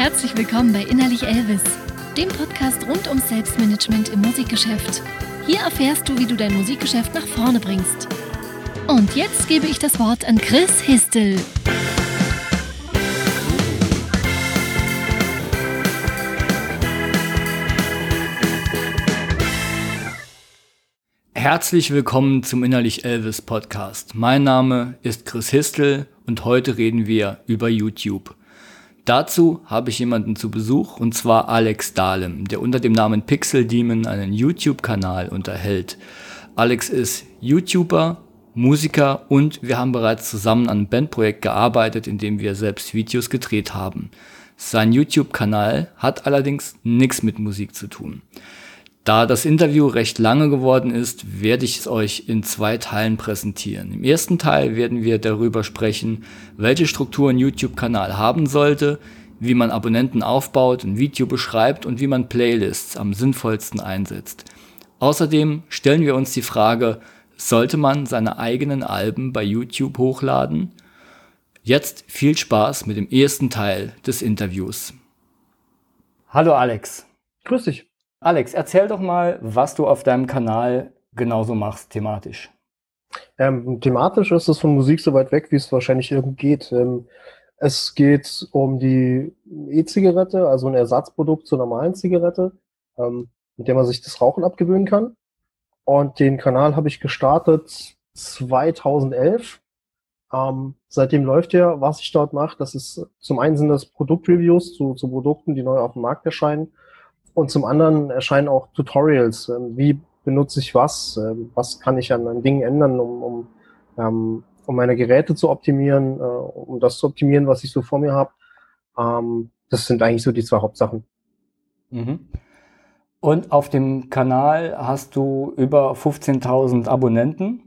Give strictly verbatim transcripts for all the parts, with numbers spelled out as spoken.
Herzlich willkommen bei Innerlich Elvis, dem Podcast rund ums Selbstmanagement im Musikgeschäft. Hier erfährst du, wie du dein Musikgeschäft nach vorne bringst. Und jetzt gebe ich das Wort an Chris Histel. Herzlich willkommen zum Innerlich Elvis Podcast. Mein Name ist Chris Histel und heute reden wir über YouTube. Dazu habe ich jemanden zu Besuch, und zwar Alex Dahlem, der unter dem Namen Pixel Demon einen YouTube-Kanal unterhält. Alex ist YouTuber, Musiker und wir haben bereits zusammen an einem Bandprojekt gearbeitet, in dem wir selbst Videos gedreht haben. Sein YouTube-Kanal hat allerdings nichts mit Musik zu tun. Da das Interview recht lange geworden ist, werde ich es euch in zwei Teilen präsentieren. Im ersten Teil werden wir darüber sprechen, welche Struktur ein YouTube-Kanal haben sollte, wie man Abonnenten aufbaut, ein Video beschreibt und wie man Playlists am sinnvollsten einsetzt. Außerdem stellen wir uns die Frage, sollte man seine eigenen Alben bei YouTube hochladen? Jetzt viel Spaß mit dem ersten Teil des Interviews. Hallo Alex. Grüß dich. Alex, erzähl doch mal, was du auf deinem Kanal genauso machst, thematisch. Ähm, thematisch ist es von Musik so weit weg, wie es wahrscheinlich irgend geht. Ähm, es geht um die E-Zigarette, also ein Ersatzprodukt zur normalen Zigarette, ähm, mit der man sich das Rauchen abgewöhnen kann. Und den Kanal habe ich gestartet zweitausendelf. Ähm, seitdem läuft er. Was ich dort mache, das ist zum einen sind das Produktreviews zu, zu Produkten, die neu auf dem Markt erscheinen. Und zum anderen erscheinen auch Tutorials. Wie benutze ich was? Was kann ich an, an Dingen ändern, um, um, ähm, um meine Geräte zu optimieren, äh, um das zu optimieren, was ich so vor mir habe. Ähm, das sind eigentlich so die zwei Hauptsachen. Mhm. Und auf dem Kanal hast du über fünfzehntausend Abonnenten,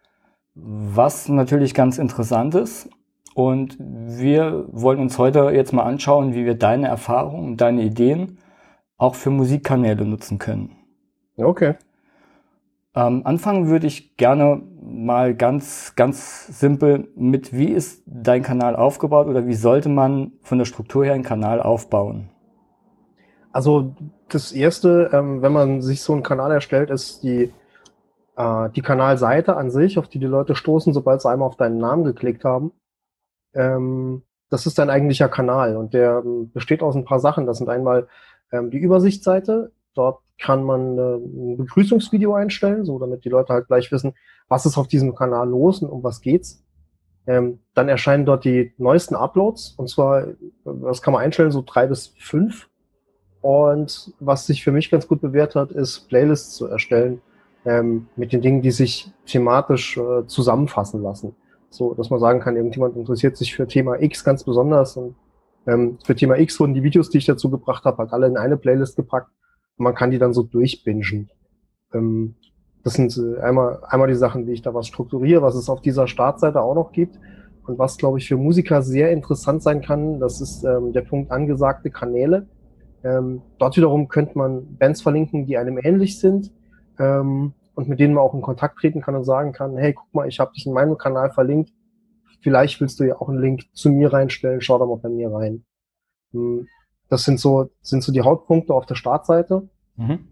was natürlich ganz interessant ist. Und wir wollen uns heute jetzt mal anschauen, wie wir deine Erfahrungen, deine Ideen auch für Musikkanäle nutzen können. Okay. Ähm, anfangen würde ich gerne mal ganz, ganz simpel mit, wie ist dein Kanal aufgebaut oder wie sollte man von der Struktur her einen Kanal aufbauen? Also das Erste, ähm, wenn man sich so einen Kanal erstellt, ist die, äh, die Kanalseite an sich, auf die die Leute stoßen, sobald sie einmal auf deinen Namen geklickt haben. Ähm, das ist dein eigentlicher Kanal und der ähm, besteht aus ein paar Sachen. Das sind einmal die Übersichtsseite. Dort kann man äh, ein Begrüßungsvideo einstellen, so damit die Leute halt gleich wissen, was ist auf diesem Kanal los und um was geht's. Ähm, dann erscheinen dort die neuesten Uploads, und zwar, das kann man einstellen, so drei bis fünf. Und was sich für mich ganz gut bewährt hat, ist Playlists zu erstellen ähm, mit den Dingen, die sich thematisch äh, zusammenfassen lassen. So, dass man sagen kann, irgendjemand interessiert sich für Thema X ganz besonders und Ähm, für Thema X wurden die Videos, die ich dazu gebracht habe, halt alle in eine Playlist gepackt und man kann die dann so durchbingen. Ähm, das sind äh, einmal, einmal die Sachen, wie ich da was strukturiere, was es auf dieser Startseite auch noch gibt und was, glaube ich, für Musiker sehr interessant sein kann, das ist ähm, der Punkt angesagte Kanäle. Ähm, dort wiederum könnte man Bands verlinken, die einem ähnlich sind ähm, und mit denen man auch in Kontakt treten kann und sagen kann, hey, guck mal, ich habe dich in meinem Kanal verlinkt, vielleicht willst du ja auch einen Link zu mir reinstellen, schau da mal bei mir rein. Das sind so, sind so die Hauptpunkte auf der Startseite. Mhm.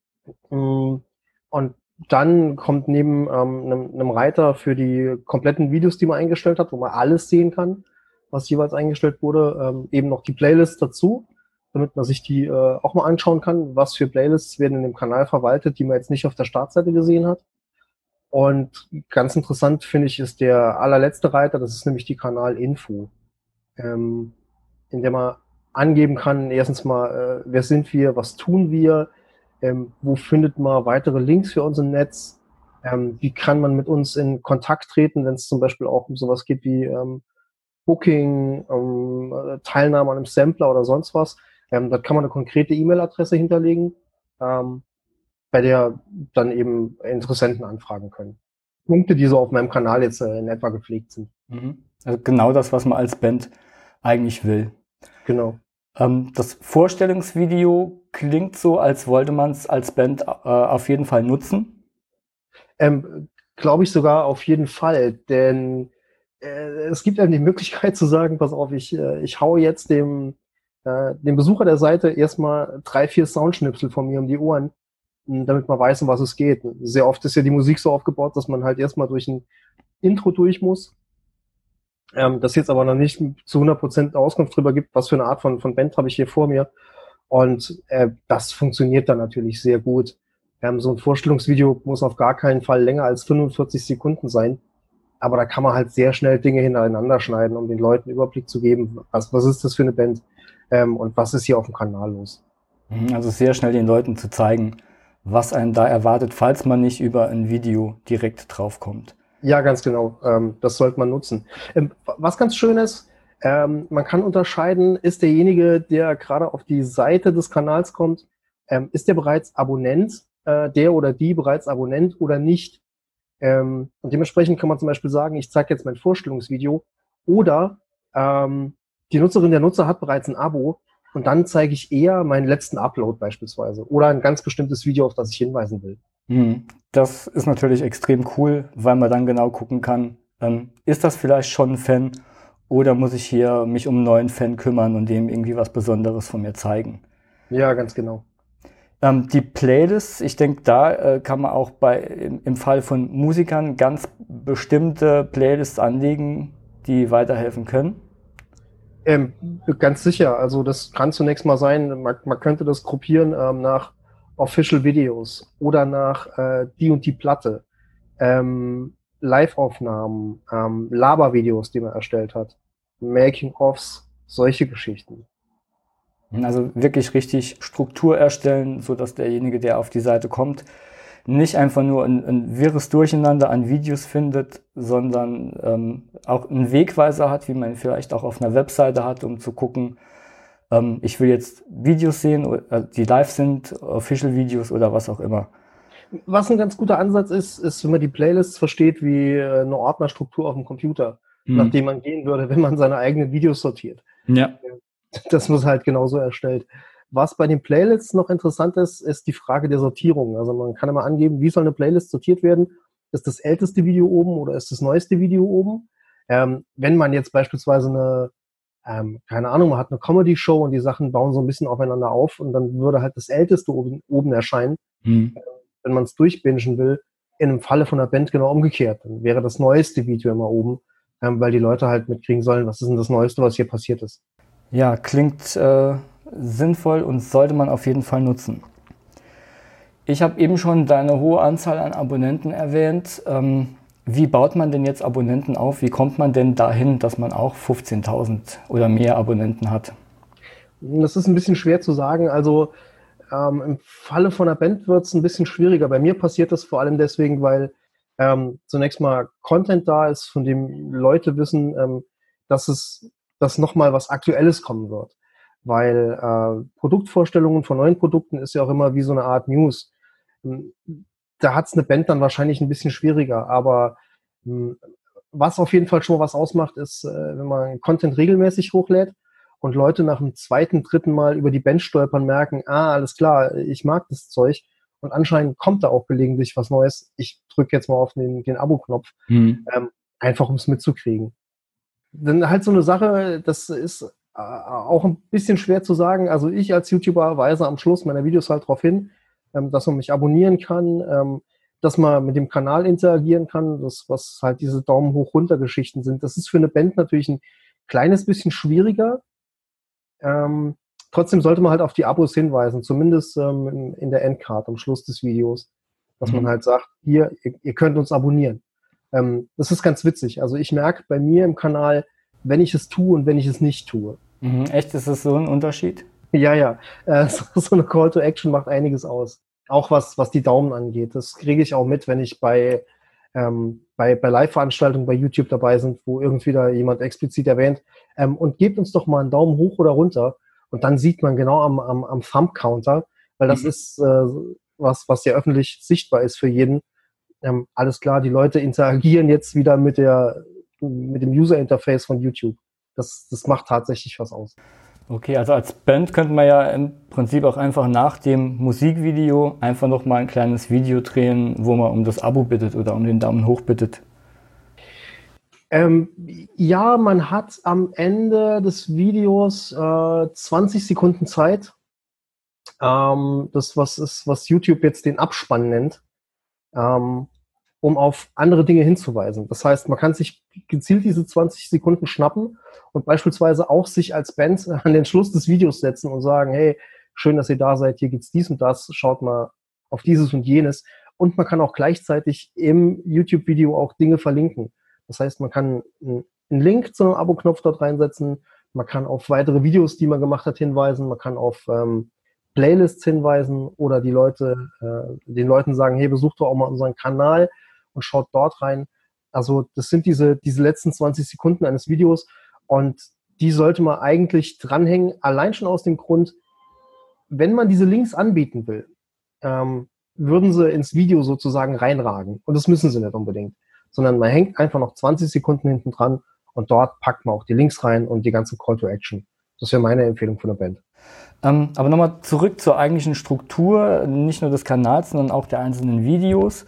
Und dann kommt neben ähm, einem, einem Reiter für die kompletten Videos, die man eingestellt hat, wo man alles sehen kann, was jeweils eingestellt wurde, ähm, eben noch die Playlists dazu, damit man sich die äh, auch mal anschauen kann, was für Playlists werden in dem Kanal verwaltet, die man jetzt nicht auf der Startseite gesehen hat. Und ganz interessant finde ich ist der allerletzte Reiter, das ist nämlich die Kanalinfo, ähm, in der man angeben kann, erstens mal, äh, wer sind wir, was tun wir, ähm, wo findet man weitere Links für uns im Netz, ähm, wie kann man mit uns in Kontakt treten, wenn es zum Beispiel auch um sowas geht wie ähm, Booking, um äh, Teilnahme an einem Sampler oder sonst was. Ähm, da kann man eine konkrete E-Mail-Adresse hinterlegen, ähm, bei der dann eben Interessenten anfragen können. Punkte, die so auf meinem Kanal jetzt äh, in etwa gepflegt sind. Mhm. Also genau das, was man als Band eigentlich will. Genau. Ähm, das Vorstellungsvideo klingt so, als wollte man es als Band äh, auf jeden Fall nutzen. Ähm, Glaube ich sogar auf jeden Fall, denn äh, es gibt einem die Möglichkeit zu sagen, pass auf, ich, äh, ich hau jetzt dem äh, dem Besucher der Seite erstmal drei, vier Soundschnipsel von mir um die Ohren, damit man weiß, um was es geht. Sehr oft ist ja die Musik so aufgebaut, dass man halt erstmal durch ein Intro durch muss, ähm, das jetzt aber noch nicht zu hundert Prozent eine Auskunft darüber gibt, was für eine Art von, von Band habe ich hier vor mir. Und äh, das funktioniert dann natürlich sehr gut. Ähm, so ein Vorstellungsvideo muss auf gar keinen Fall länger als fünfundvierzig Sekunden sein. Aber da kann man halt sehr schnell Dinge hintereinander schneiden, um den Leuten einen Überblick zu geben, was, was ist das für eine Band ähm, und was ist hier auf dem Kanal los. Also sehr schnell den Leuten zu zeigen, was einen da erwartet, falls man nicht über ein Video direkt draufkommt. Ja, ganz genau. Ähm, das sollte man nutzen. Ähm, was ganz schön ist, ähm, man kann unterscheiden, ist derjenige, der gerade auf die Seite des Kanals kommt, ähm, ist der bereits Abonnent, äh, der oder die bereits Abonnent oder nicht. Ähm, und dementsprechend kann man zum Beispiel sagen, ich zeige jetzt mein Vorstellungsvideo oder ähm, die Nutzerin, der Nutzer hat bereits ein Abo und dann zeige ich eher meinen letzten Upload beispielsweise oder ein ganz bestimmtes Video, auf das ich hinweisen will. Das ist natürlich extrem cool, weil man dann genau gucken kann, ähm, ist das vielleicht schon ein Fan oder muss ich hier mich um einen neuen Fan kümmern und dem irgendwie was Besonderes von mir zeigen. Ja, ganz genau. Ähm, die Playlists, ich denke, da äh, kann man auch bei im, im Fall von Musikern ganz bestimmte Playlists anlegen, die weiterhelfen können. Ähm, ganz sicher. Also das kann zunächst mal sein, man, man könnte das gruppieren ähm, nach Official Videos oder nach äh, die und die Platte, ähm, Live-Aufnahmen, ähm, Labervideos, die man erstellt hat, Making-ofs, solche Geschichten. Also wirklich richtig Struktur erstellen, so dass derjenige, der auf die Seite kommt, nicht einfach nur ein, ein wirres Durcheinander an Videos findet, sondern ähm, auch einen Wegweiser hat, wie man vielleicht auch auf einer Webseite hat, um zu gucken, ähm, ich will jetzt Videos sehen, die live sind, Official-Videos oder was auch immer. Was ein ganz guter Ansatz ist, ist, wenn man die Playlists versteht wie eine Ordnerstruktur auf dem Computer, hm. nach dem man gehen würde, wenn man seine eigenen Videos sortiert. Ja. Das muss halt genauso erstellt. Was bei den Playlists noch interessant ist, ist die Frage der Sortierung. Also man kann immer angeben, wie soll eine Playlist sortiert werden? Ist das älteste Video oben oder ist das neueste Video oben? Ähm, wenn man jetzt beispielsweise eine, ähm, keine Ahnung, man hat eine Comedy-Show und die Sachen bauen so ein bisschen aufeinander auf und dann würde halt das älteste oben, oben erscheinen. Hm. Wenn man es durchbingen will, in einem Falle von einer Band genau umgekehrt. Dann wäre das neueste Video immer oben, ähm, weil die Leute halt mitkriegen sollen, was ist denn das Neueste, was hier passiert ist. Ja, klingt äh, sinnvoll und sollte man auf jeden Fall nutzen. Ich habe eben schon deine hohe Anzahl an Abonnenten erwähnt. Ähm, wie baut man denn jetzt Abonnenten auf? Wie kommt man denn dahin, dass man auch fünfzehntausend oder mehr Abonnenten hat? Das ist ein bisschen schwer zu sagen. Also ähm, im Falle von einer Band wird es ein bisschen schwieriger. Bei mir passiert das vor allem deswegen, weil ähm, zunächst mal Content da ist, von dem Leute wissen, ähm, dass es dass nochmal was Aktuelles kommen wird. Weil äh, Produktvorstellungen von neuen Produkten ist ja auch immer wie so eine Art News. Da hat es eine Band dann wahrscheinlich ein bisschen schwieriger, aber mh, was auf jeden Fall schon was ausmacht, ist, äh, wenn man Content regelmäßig hochlädt und Leute nach dem zweiten, dritten Mal über die Band stolpern, merken, ah, alles klar, ich mag das Zeug und anscheinend kommt da auch gelegentlich was Neues. Ich drücke jetzt mal auf den, den Abo-Knopf, mhm. ähm, einfach um es mitzukriegen. Dann halt so eine Sache, das ist äh, auch ein bisschen schwer zu sagen. Also ich als YouTuber weise am Schluss meiner Videos halt darauf hin, ähm, dass man mich abonnieren kann, ähm, dass man mit dem Kanal interagieren kann, das, was halt diese Daumen hoch runter Geschichten sind. Das ist für eine Band natürlich ein kleines bisschen schwieriger. Ähm, trotzdem sollte man halt auf die Abos hinweisen, zumindest ähm, in, in der Endcard am Schluss des Videos, dass mhm. man halt sagt, hier, ihr, ihr könnt uns abonnieren. Ähm, das ist ganz witzig. Also ich merke bei mir im Kanal, wenn ich es tue und wenn ich es nicht tue. Mhm, echt? Ist das so ein Unterschied? Ja, ja. Äh, so, so eine Call to Action macht einiges aus. Auch was, was die Daumen angeht. Das kriege ich auch mit, wenn ich bei, ähm, bei, bei Live-Veranstaltungen bei YouTube dabei bin, wo irgendwie da jemand explizit erwähnt, ähm, und gebt uns doch mal einen Daumen hoch oder runter. Und dann sieht man genau am, am, am Thumb-Counter, weil das mhm. ist äh, was, was ja öffentlich sichtbar ist für jeden. Ähm, alles klar, die Leute interagieren jetzt wieder mit der mit dem User-Interface von YouTube. Das, das macht tatsächlich was aus. Okay, also als Band könnte man ja im Prinzip auch einfach nach dem Musikvideo einfach nochmal ein kleines Video drehen, wo man um das Abo bittet oder um den Daumen hoch bittet. Ähm, ja, man hat am Ende des Videos äh, zwanzig Sekunden Zeit. Ähm, das was ist, was YouTube jetzt den Abspann nennt, ähm, um auf andere Dinge hinzuweisen. Das heißt, man kann sich gezielt diese zwanzig Sekunden schnappen und beispielsweise auch sich als Band an den Schluss des Videos setzen und sagen, hey, schön, dass ihr da seid, hier gibt's dies und das, schaut mal auf dieses und jenes. Und man kann auch gleichzeitig im YouTube-Video auch Dinge verlinken. Das heißt, man kann einen Link zu einem Abo-Knopf dort reinsetzen, man kann auf weitere Videos, die man gemacht hat, hinweisen, man kann auf ähm, Playlists hinweisen oder die Leute, äh, den Leuten sagen, hey, besucht doch auch mal unseren Kanal und schaut dort rein. Also das sind diese, diese letzten zwanzig Sekunden eines Videos und die sollte man eigentlich dranhängen, allein schon aus dem Grund, wenn man diese Links anbieten will, ähm, würden sie ins Video sozusagen reinragen. Und das müssen sie nicht unbedingt. Sondern man hängt einfach noch zwanzig Sekunden hinten dran und dort packt man auch die Links rein und die ganze Call to Action. Das wäre meine Empfehlung von der Band. Ähm, aber nochmal zurück zur eigentlichen Struktur, nicht nur des Kanals, sondern auch der einzelnen Videos.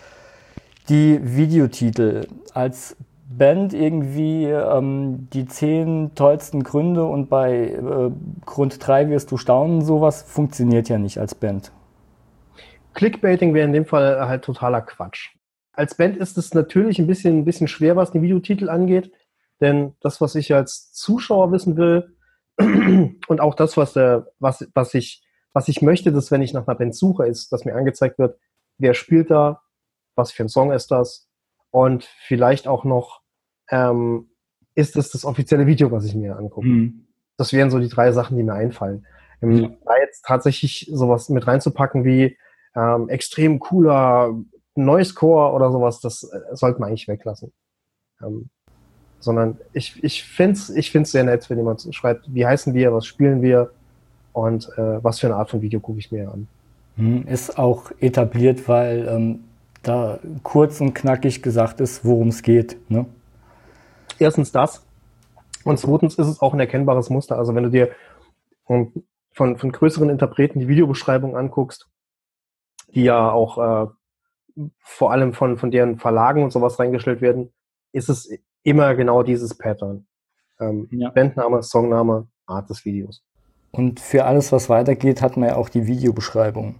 Die Videotitel als Band irgendwie ähm, die zehn tollsten Gründe und bei äh, Grund drei wirst du staunen, sowas funktioniert ja nicht als Band. Clickbaiting wäre in dem Fall halt totaler Quatsch. Als Band ist es natürlich ein bisschen, ein bisschen schwer, was die Videotitel angeht, denn das, was ich als Zuschauer wissen will und auch das, was, äh, was, was, ich, was ich möchte, dass wenn ich nach einer Band suche, ist, dass mir angezeigt wird, wer spielt da, was für ein Song ist das und vielleicht auch noch, ähm, ist es das offizielle Video, was ich mir angucke. Mhm. Das wären so die drei Sachen, die mir einfallen. Ähm, ja. Da jetzt tatsächlich sowas mit reinzupacken wie ähm, extrem cooler Noisecore oder sowas, das äh, sollte man eigentlich weglassen. Ähm, sondern ich, ich finde es ich find's sehr nett, wenn jemand schreibt, wie heißen wir, was spielen wir und äh, was für eine Art von Video gucke ich mir an. Ist auch etabliert, weil ähm, da kurz und knackig gesagt ist, worum es geht. Ne? Erstens das und zweitens ist es auch ein erkennbares Muster. Also wenn du dir von, von, von größeren Interpreten die Videobeschreibung anguckst, die ja auch äh, vor allem von, von deren Verlagen und sowas reingestellt werden, ist es immer genau dieses Pattern. Ähm, ja. Bandname, Songname, Art des Videos. Und für alles, was weitergeht, hat man ja auch die Videobeschreibung.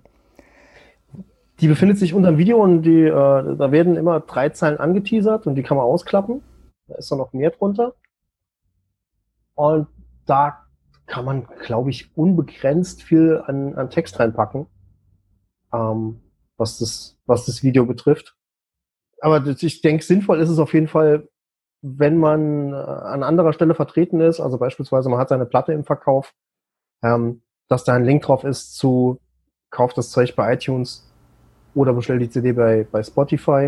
Die befindet sich unter dem Video und die, äh, da werden immer drei Zeilen angeteasert und die kann man ausklappen. Da ist dann noch mehr drunter. Und da kann man, glaube ich, unbegrenzt viel an, an Text reinpacken, ähm, was das, was das Video betrifft. Aber das, ich denke, sinnvoll ist es auf jeden Fall, wenn man äh, an anderer Stelle vertreten ist, also beispielsweise man hat seine Platte im Verkauf, ähm, dass da ein Link drauf ist zu kauft das Zeug bei iTunes oder bestellt die C D bei, bei Spotify.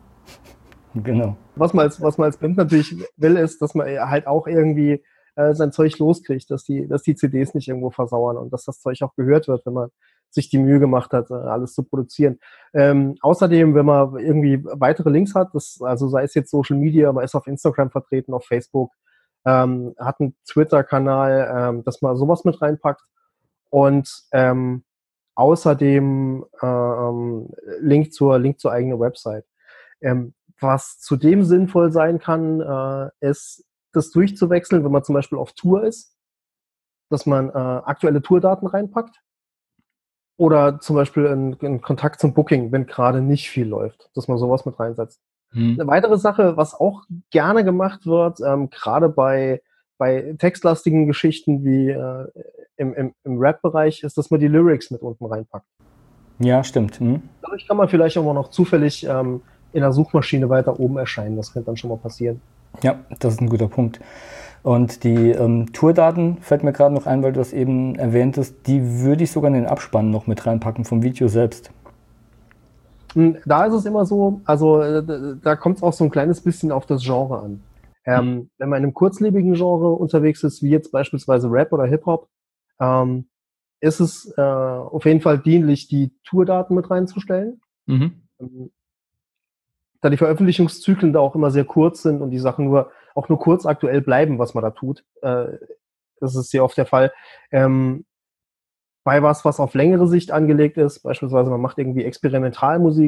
Genau. Was man als, was man als Band natürlich will, ist, dass man halt auch irgendwie äh, sein Zeug loskriegt, dass die, dass die C Ds nicht irgendwo versauern und dass das Zeug auch gehört wird, wenn man sich die Mühe gemacht hat, alles zu produzieren. Ähm, außerdem, wenn man irgendwie weitere Links hat, das, also sei es jetzt Social Media, man ist auf Instagram vertreten, auf Facebook, ähm, hat einen Twitter-Kanal, ähm, dass man sowas mit reinpackt und ähm, außerdem ähm, Link zur Link zur eigenen Website. Ähm, was zudem sinnvoll sein kann, äh, ist, das durchzuwechseln, wenn man zum Beispiel auf Tour ist, dass man äh, aktuelle Tourdaten reinpackt. Oder zum Beispiel in, in Kontakt zum Booking, wenn gerade nicht viel läuft, dass man sowas mit reinsetzt. Hm. Eine weitere Sache, was auch gerne gemacht wird, ähm, gerade bei, bei textlastigen Geschichten wie äh, im, im, im Rap-Bereich, ist, dass man die Lyrics mit unten reinpackt. Ja, stimmt. Hm. Dadurch kann man vielleicht auch mal noch zufällig ähm, in der Suchmaschine weiter oben erscheinen. Das könnte dann schon mal passieren. Ja, das ist ein guter Punkt. Und die ähm, Tourdaten, fällt mir gerade noch ein, weil du das eben erwähntest, die würde ich sogar in den Abspann noch mit reinpacken vom Video selbst. Da ist es immer so, also da kommt es auch so ein kleines bisschen auf das Genre an. Ähm, mhm. Wenn man in einem kurzlebigen Genre unterwegs ist, wie jetzt beispielsweise Rap oder Hip-Hop, ähm, ist es äh, auf jeden Fall dienlich, die Tourdaten mit reinzustellen. Mhm. Ähm, da die Veröffentlichungszyklen da auch immer sehr kurz sind und die Sachen nur auch nur kurz aktuell bleiben, was man da tut. Äh, das ist sehr oft der Fall. Ähm, bei was, was auf längere Sicht angelegt ist, beispielsweise man macht irgendwie Experimentalmusik,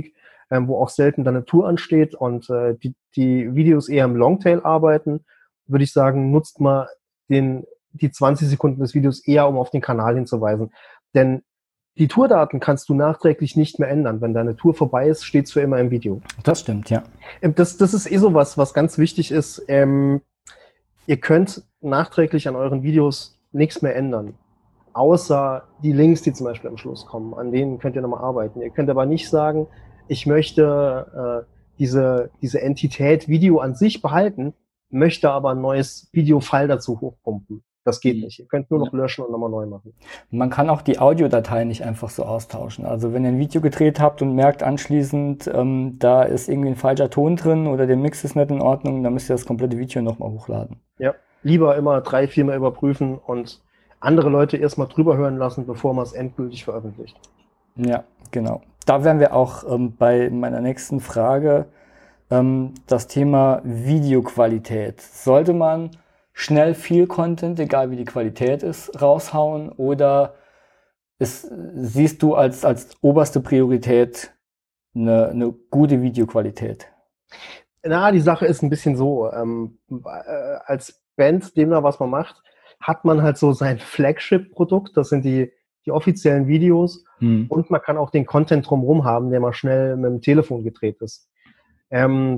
ähm, wo auch selten dann eine Tour ansteht und äh, die, die Videos eher im Longtail arbeiten, würde ich sagen, nutzt mal den, die zwanzig Sekunden des Videos eher, um auf den Kanal hinzuweisen. Denn die Tourdaten kannst du nachträglich nicht mehr ändern. Wenn deine Tour vorbei ist, steht es für immer im Video. Das stimmt, ja. Ähm, das, das ist eh so was, was ganz wichtig ist. Ähm, ihr könnt nachträglich an euren Videos nichts mehr ändern. Außer die Links, die zum Beispiel am Schluss kommen. An denen könnt ihr nochmal arbeiten. Ihr könnt aber nicht sagen, ich möchte äh, diese, diese Entität Video an sich behalten, möchte aber ein neues Video-File dazu hochpumpen. Das geht nicht. Ihr könnt nur noch löschen und nochmal neu machen. Man kann auch die Audiodatei nicht einfach so austauschen. Also wenn ihr ein Video gedreht habt und merkt anschließend, ähm, da ist irgendwie ein falscher Ton drin oder der Mix ist nicht in Ordnung, dann müsst ihr das komplette Video nochmal hochladen. Ja, lieber immer drei, viermal überprüfen und andere Leute erstmal drüber hören lassen, bevor man es endgültig veröffentlicht. Ja, genau. Da wären wir auch ähm, bei meiner nächsten Frage, ähm, das Thema Videoqualität. Sollte man schnell viel Content, egal wie die Qualität ist, raushauen oder ist, siehst du als, als oberste Priorität eine, eine gute Videoqualität? Na, die Sache ist ein bisschen so, ähm, äh, als Band, demnach was man macht, hat man halt so sein Flagship-Produkt, das sind die, die offiziellen Videos hm. und man kann auch den Content drumherum haben, der mal schnell mit dem Telefon gedreht ist. Ähm,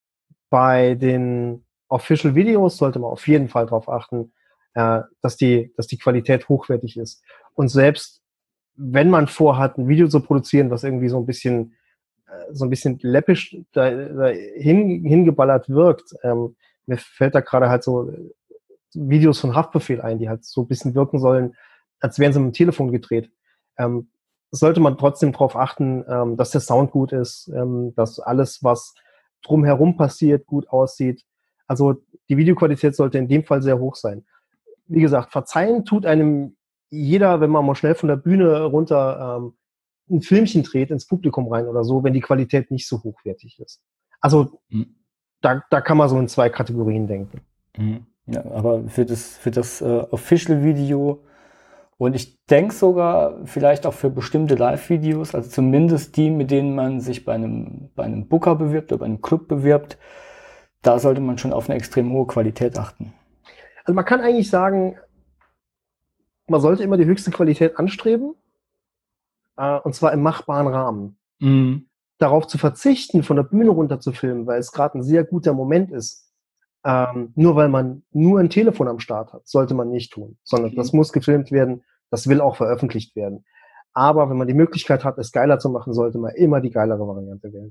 bei den Official Videos sollte man auf jeden Fall darauf achten, äh, dass die, dass die Qualität hochwertig ist. Und selbst wenn man vorhat, ein Video zu produzieren, was irgendwie so ein bisschen, äh, so ein bisschen läppisch da, da hin, hingeballert wirkt, ähm, mir fällt da gerade halt so Videos von Haftbefehl ein, die halt so ein bisschen wirken sollen, als wären sie mit dem Telefon gedreht. Ähm, sollte man trotzdem darauf achten, ähm, dass der Sound gut ist, ähm, dass alles, was drumherum passiert, gut aussieht. Also die Videoqualität sollte in dem Fall sehr hoch sein. Wie gesagt, verzeihen tut einem jeder, wenn man mal schnell von der Bühne runter ähm, ein Filmchen dreht, ins Publikum rein oder so, wenn die Qualität nicht so hochwertig ist. Also mhm. da, da kann man so in zwei Kategorien denken. Mhm. Ja, aber für das, für das äh, Official-Video und ich denke sogar vielleicht auch für bestimmte Live-Videos, also zumindest die, mit denen man sich bei einem, bei einem Booker bewirbt oder bei einem Club bewirbt, da sollte man schon auf eine extrem hohe Qualität achten. Also man kann eigentlich sagen, man sollte immer die höchste Qualität anstreben, äh, und zwar im machbaren Rahmen. Mhm. Darauf zu verzichten, von der Bühne runter zu filmen, weil es gerade ein sehr guter Moment ist, ähm, nur weil man nur ein Telefon am Start hat, sollte man nicht tun, sondern okay. Das muss gefilmt werden, das will auch veröffentlicht werden. Aber wenn man die Möglichkeit hat, es geiler zu machen, sollte man immer die geilere Variante wählen.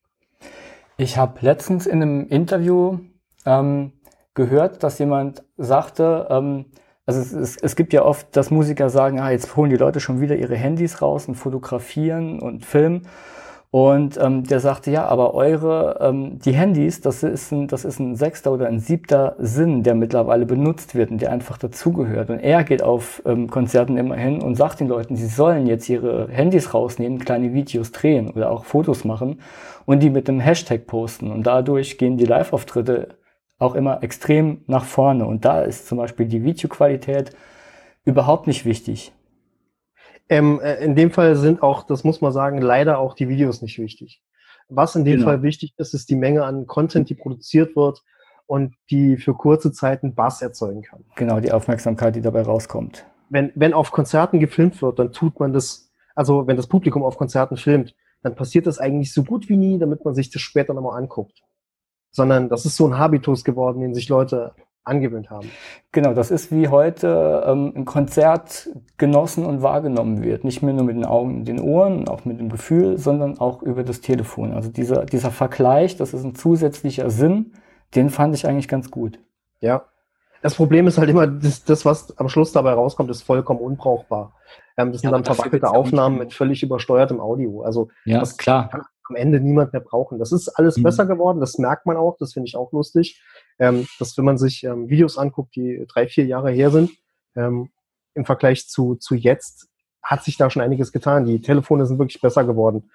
Ich habe letztens in einem Interview ähm, gehört, dass jemand sagte, ähm, also es, es, es gibt ja oft, dass Musiker sagen, ah, jetzt holen die Leute schon wieder ihre Handys raus und fotografieren und filmen. Und ähm, der sagte, ja, aber eure, ähm, die Handys, das ist, ein, das ist ein sechster oder ein siebter Sinn, der mittlerweile benutzt wird und der einfach dazugehört. Und er geht auf ähm, Konzerten immer hin und sagt den Leuten, sie sollen jetzt ihre Handys rausnehmen, kleine Videos drehen oder auch Fotos machen und die mit einem Hashtag posten. Und dadurch gehen die Live-Auftritte auch immer extrem nach vorne. Und da ist zum Beispiel die Videoqualität überhaupt nicht wichtig. Ähm, in dem Fall sind auch, das muss man sagen, leider auch die Videos nicht wichtig. Was in dem genau. Fall wichtig ist, ist die Menge an Content, die produziert wird und die für kurze Zeit einen Buzz erzeugen kann. Genau, die Aufmerksamkeit, die dabei rauskommt. Wenn, wenn auf Konzerten gefilmt wird, dann tut man das, also wenn das Publikum auf Konzerten filmt, dann passiert das eigentlich so gut wie nie, damit man sich das später nochmal anguckt. Sondern das ist so ein Habitus geworden, den sich Leute angewöhnt haben. Genau, das ist wie heute ähm, ein Konzert genossen und wahrgenommen wird. Nicht mehr nur mit den Augen und den Ohren, auch mit dem Gefühl, sondern auch über das Telefon. Also dieser, dieser Vergleich, das ist ein zusätzlicher Sinn, den fand ich eigentlich ganz gut. Ja, das Problem ist halt immer, das, das was am Schluss dabei rauskommt, ist vollkommen unbrauchbar. Ähm, das sind ja, dann verwackelte Aufnahmen mit völlig übersteuertem Audio. Also ja, das klar. kann am Ende niemand mehr brauchen. Das ist alles mhm. besser geworden, das merkt man auch, das finde ich auch lustig. Ähm, dass wenn man sich ähm, Videos anguckt, die drei, vier Jahre her sind, ähm, im Vergleich zu, zu jetzt, hat sich da schon einiges getan. Die Telefone sind wirklich besser geworden.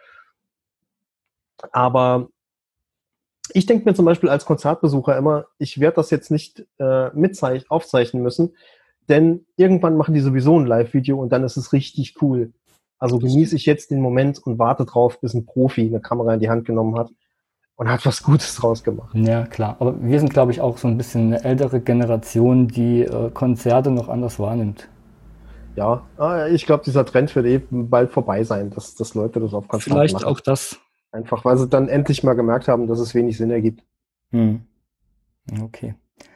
Aber ich denke mir zum Beispiel als Konzertbesucher immer, ich werde das jetzt nicht äh, mitzeich- aufzeichnen müssen, denn irgendwann machen die sowieso ein Live-Video und dann ist es richtig cool. Also genieße ich jetzt den Moment und warte drauf, bis ein Profi eine Kamera in die Hand genommen hat und hat was Gutes draus gemacht. Ja, klar. Aber wir sind, glaube ich, auch so ein bisschen eine ältere Generation, die äh, Konzerte noch anders wahrnimmt. Ja, ich glaube, dieser Trend wird eben bald vorbei sein, dass, dass Leute das auf Konzerten Vielleicht machen. auch das. Einfach, weil sie dann endlich mal gemerkt haben, dass es wenig Sinn ergibt. Hm. Okay.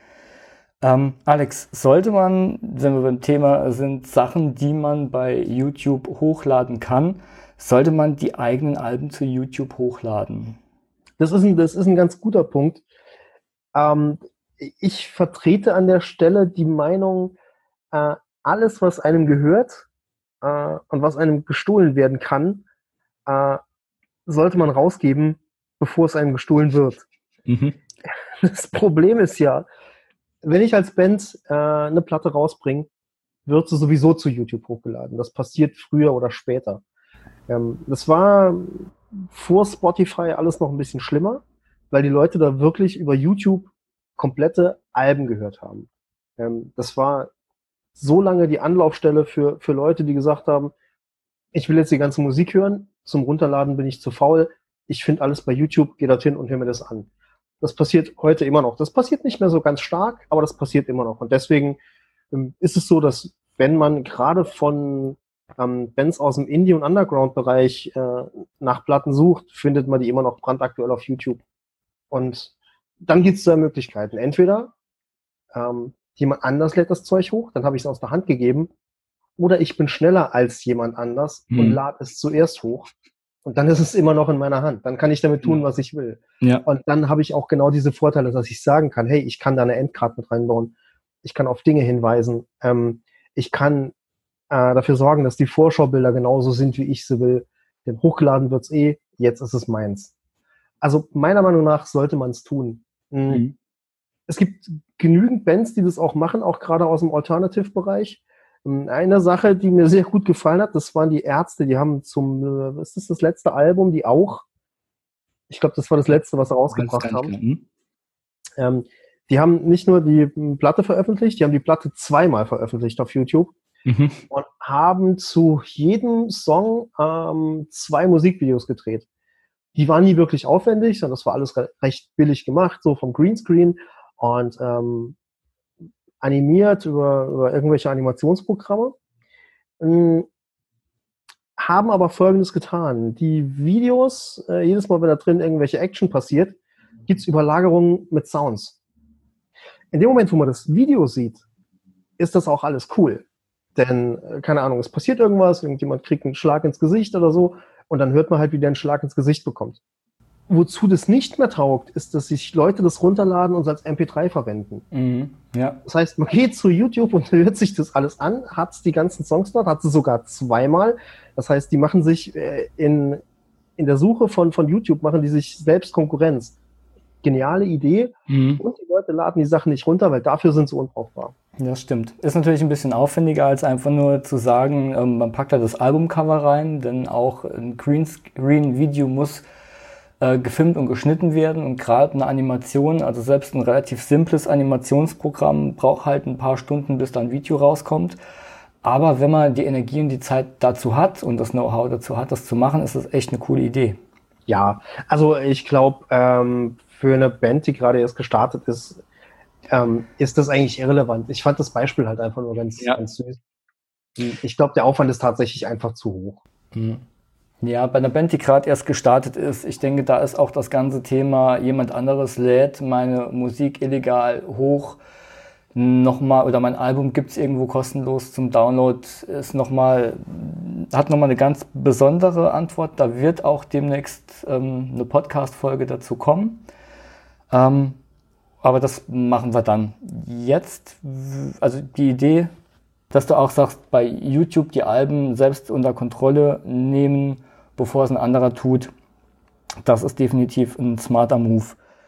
Ähm, Alex, sollte man, wenn wir beim Thema sind, Sachen, die man bei YouTube hochladen kann, sollte man die eigenen Alben zu YouTube hochladen? Das ist ein, das ist ein ganz guter Punkt. Ähm, ich vertrete an der Stelle die Meinung, äh, alles, was einem gehört äh, und was einem gestohlen werden kann, äh, sollte man rausgeben, bevor es einem gestohlen wird. Mhm. Das Problem ist ja, wenn ich als Band äh, eine Platte rausbringe, wird sie sowieso zu YouTube hochgeladen. Das passiert früher oder später. Ähm, das war vor Spotify alles noch ein bisschen schlimmer, weil die Leute da wirklich über YouTube komplette Alben gehört haben. Ähm, das war so lange die Anlaufstelle für, für Leute, die gesagt haben, ich will jetzt die ganze Musik hören, zum Runterladen bin ich zu faul, ich finde alles bei YouTube, geh dorthin und hör mir das an. Das passiert heute immer noch. Das passiert nicht mehr so ganz stark, aber das passiert immer noch. Und deswegen ähm, ist es so, dass wenn man gerade von ähm, Bands aus dem Indie- und Underground-Bereich äh, nach Platten sucht, findet man die immer noch brandaktuell auf YouTube. Und dann gibt es zwei Möglichkeiten. Entweder ähm, jemand anders lädt das Zeug hoch, dann habe ich es aus der Hand gegeben, oder ich bin schneller als jemand anders hm. und lade es zuerst hoch. Und dann ist es immer noch in meiner Hand. Dann kann ich damit tun, was ich will. Ja. Und dann habe ich auch genau diese Vorteile, dass ich sagen kann, hey, ich kann da eine Endcard mit reinbauen. Ich kann auf Dinge hinweisen. Ähm, ich kann äh, dafür sorgen, dass die Vorschaubilder genauso sind, wie ich sie will. Denn hochgeladen wird's eh, jetzt ist es meins. Also meiner Meinung nach sollte man es tun. Mhm. Mhm. Es gibt genügend Bands, die das auch machen, auch gerade aus dem Alternative-Bereich. Eine Sache, die mir sehr gut gefallen hat, das waren die Ärzte, die haben zum, was ist das letzte Album, die auch, ich glaube, das war das letzte, was sie rausgebracht haben. Ähm, die haben nicht nur die Platte veröffentlicht, die haben die Platte zweimal veröffentlicht auf YouTube mhm. und haben zu jedem Song ähm, zwei Musikvideos gedreht. Die waren nie wirklich aufwendig, sondern das war alles re- recht billig gemacht, so vom Greenscreen und ähm, animiert über, über irgendwelche Animationsprogramme, ähm, haben aber Folgendes getan. Die Videos, äh, jedes Mal, wenn da drin irgendwelche Action passiert, gibt's Überlagerungen mit Sounds. In dem Moment, wo man das Video sieht, ist das auch alles cool. Denn, äh, keine Ahnung, es passiert irgendwas, irgendjemand kriegt einen Schlag ins Gesicht oder so, und dann hört man halt, wie der einen Schlag ins Gesicht bekommt. Wozu das nicht mehr taugt, ist, dass sich Leute das runterladen und als M P drei verwenden. Mhm, ja. Das heißt, man geht zu YouTube und hört sich das alles an, hat die ganzen Songs dort, hat sie sogar zweimal. Das heißt, die machen sich äh, in, in der Suche von, von YouTube, machen die sich selbst Konkurrenz. Geniale Idee. Mhm. Und die Leute laden die Sachen nicht runter, weil dafür sind sie unbrauchbar. Das stimmt. Ist natürlich ein bisschen aufwendiger, als einfach nur zu sagen, ähm, man packt da das Albumcover rein, denn auch ein Greenscreen-Video muss äh, gefilmt und geschnitten werden, und gerade eine Animation, also selbst ein relativ simples Animationsprogramm, braucht halt ein paar Stunden, bis da ein Video rauskommt. Aber wenn man die Energie und die Zeit dazu hat und das Know-how dazu hat, das zu machen, ist das echt eine coole Idee. Ja, also ich glaube, ähm, für eine Band, die gerade erst gestartet ist, ähm, ist das eigentlich irrelevant. Ich fand das Beispiel halt einfach nur ganz, ja. ganz süß. Ich glaube, der Aufwand ist tatsächlich einfach zu hoch. Mhm. Ja, bei einer Band, die gerade erst gestartet ist, ich denke, da ist auch das ganze Thema, jemand anderes lädt meine Musik illegal hoch, nochmal, oder mein Album gibt's irgendwo kostenlos zum Download, ist nochmal, hat nochmal eine ganz besondere Antwort. Da wird auch demnächst ähm, eine Podcast-Folge dazu kommen. Ähm, aber das machen wir dann. Jetzt, also die Idee, dass du auch sagst, bei YouTube die Alben selbst unter Kontrolle nehmen, bevor es ein anderer tut, das ist definitiv ein smarter Move.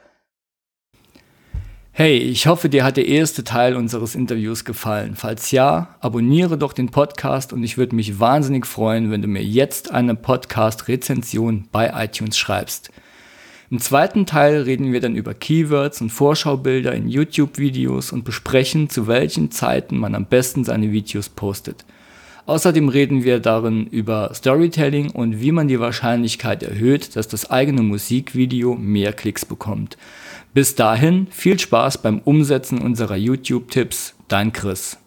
Hey, ich hoffe, dir hat der erste Teil unseres Interviews gefallen. Falls ja, abonniere doch den Podcast, und ich würde mich wahnsinnig freuen, wenn du mir jetzt eine Podcast-Rezension bei iTunes schreibst. Im zweiten Teil reden wir dann über Keywords und Vorschaubilder in YouTube-Videos und besprechen, zu welchen Zeiten man am besten seine Videos postet. Außerdem reden wir darin über Storytelling und wie man die Wahrscheinlichkeit erhöht, dass das eigene Musikvideo mehr Klicks bekommt. Bis dahin viel Spaß beim Umsetzen unserer YouTube-Tipps. Dein Chris.